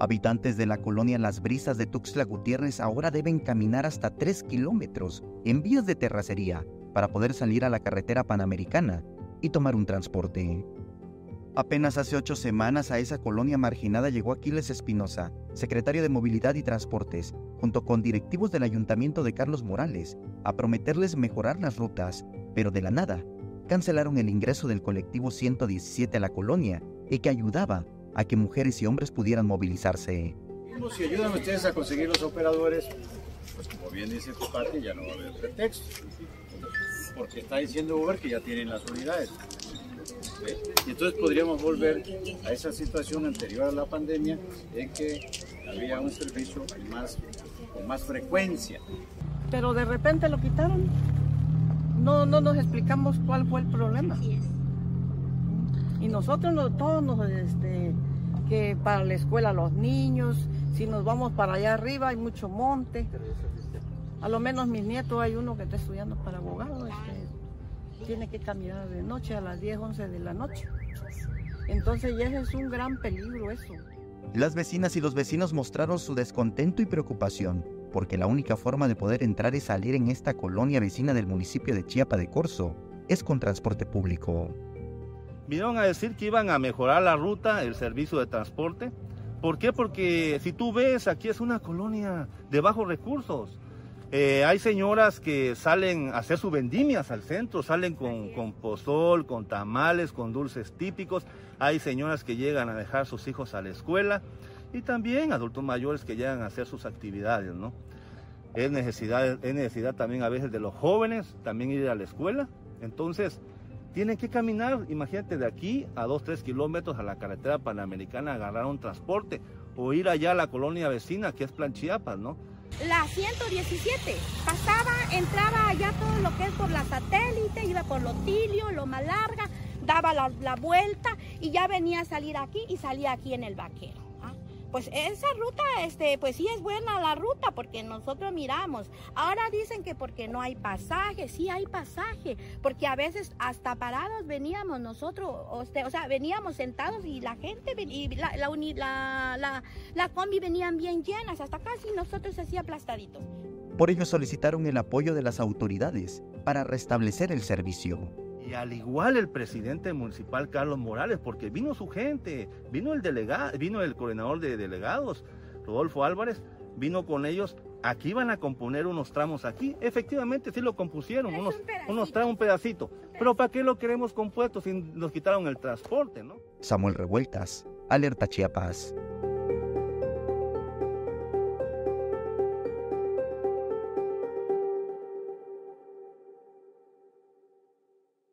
Habitantes de la colonia Las Brisas de Tuxtla Gutiérrez ahora deben caminar hasta 3 kilómetros en vías de terracería para poder salir a la carretera panamericana y tomar un transporte. Apenas hace 8 semanas a esa colonia marginada llegó Aquiles Espinosa, secretario de Movilidad y Transportes, junto con directivos del Ayuntamiento de Carlos Morales, a prometerles mejorar las rutas, pero de la nada cancelaron el ingreso del colectivo 117 a la colonia y que ayudaba a que mujeres y hombres pudieran movilizarse. Si ayudan ustedes a conseguir los operadores, pues como bien dice tu parte, ya no va a haber pretexto, porque está diciendo Uber que ya tienen las unidades. Y entonces podríamos volver a esa situación anterior a la pandemia en que había un servicio con más frecuencia. Pero de repente lo quitaron. No nos explicamos cuál fue el problema. Y nosotros que para la escuela los niños, si nos vamos para allá arriba hay mucho monte. A lo menos mis nietos, hay uno que está estudiando para abogado, tiene que caminar de noche a las 10, 11 de la noche. Entonces ya es un gran peligro eso. Las vecinas y los vecinos mostraron su descontento y preocupación, porque la única forma de poder entrar y salir en esta colonia vecina del municipio de Chiapa de Corzo es con transporte público. Vinieron a decir que iban a mejorar la ruta, el servicio de transporte. ¿Por qué? Porque si tú ves, aquí es una colonia de bajos recursos. Hay señoras que salen a hacer sus vendimias al centro, salen con pozol, con tamales, con dulces típicos. Hay señoras que llegan a dejar sus hijos a la escuela y también adultos mayores que llegan a hacer sus actividades, ¿no? Es necesidad también a veces de los jóvenes también ir a la escuela. Entonces, tienen que caminar, imagínate, de aquí a 2-3 kilómetros a la carretera panamericana, agarrar un transporte o ir allá a la colonia vecina que es Plan Chiapas, ¿no? La 117 entraba allá todo lo que es por la Satélite, iba por Lotilio, Loma Larga, daba la vuelta y ya venía a salir aquí y salía aquí en el Vaquero. Pues esa ruta, pues sí es buena la ruta porque nosotros miramos. Ahora dicen que porque no hay pasaje, sí hay pasaje, porque a veces hasta parados veníamos nosotros, o sea, veníamos sentados y la gente, y la combi venían bien llenas, hasta casi nosotros así aplastaditos. Por ello solicitaron el apoyo de las autoridades para restablecer el servicio. Y al igual el presidente municipal Carlos Morales, porque vino su gente, vino el coordinador de delegados, Rodolfo Álvarez, vino con ellos, aquí van a componer unos tramos aquí, efectivamente sí lo compusieron, un pedacito, pero ¿para qué lo queremos compuesto si nos quitaron el transporte, no? Samuel Revueltas, Alerta Chiapas.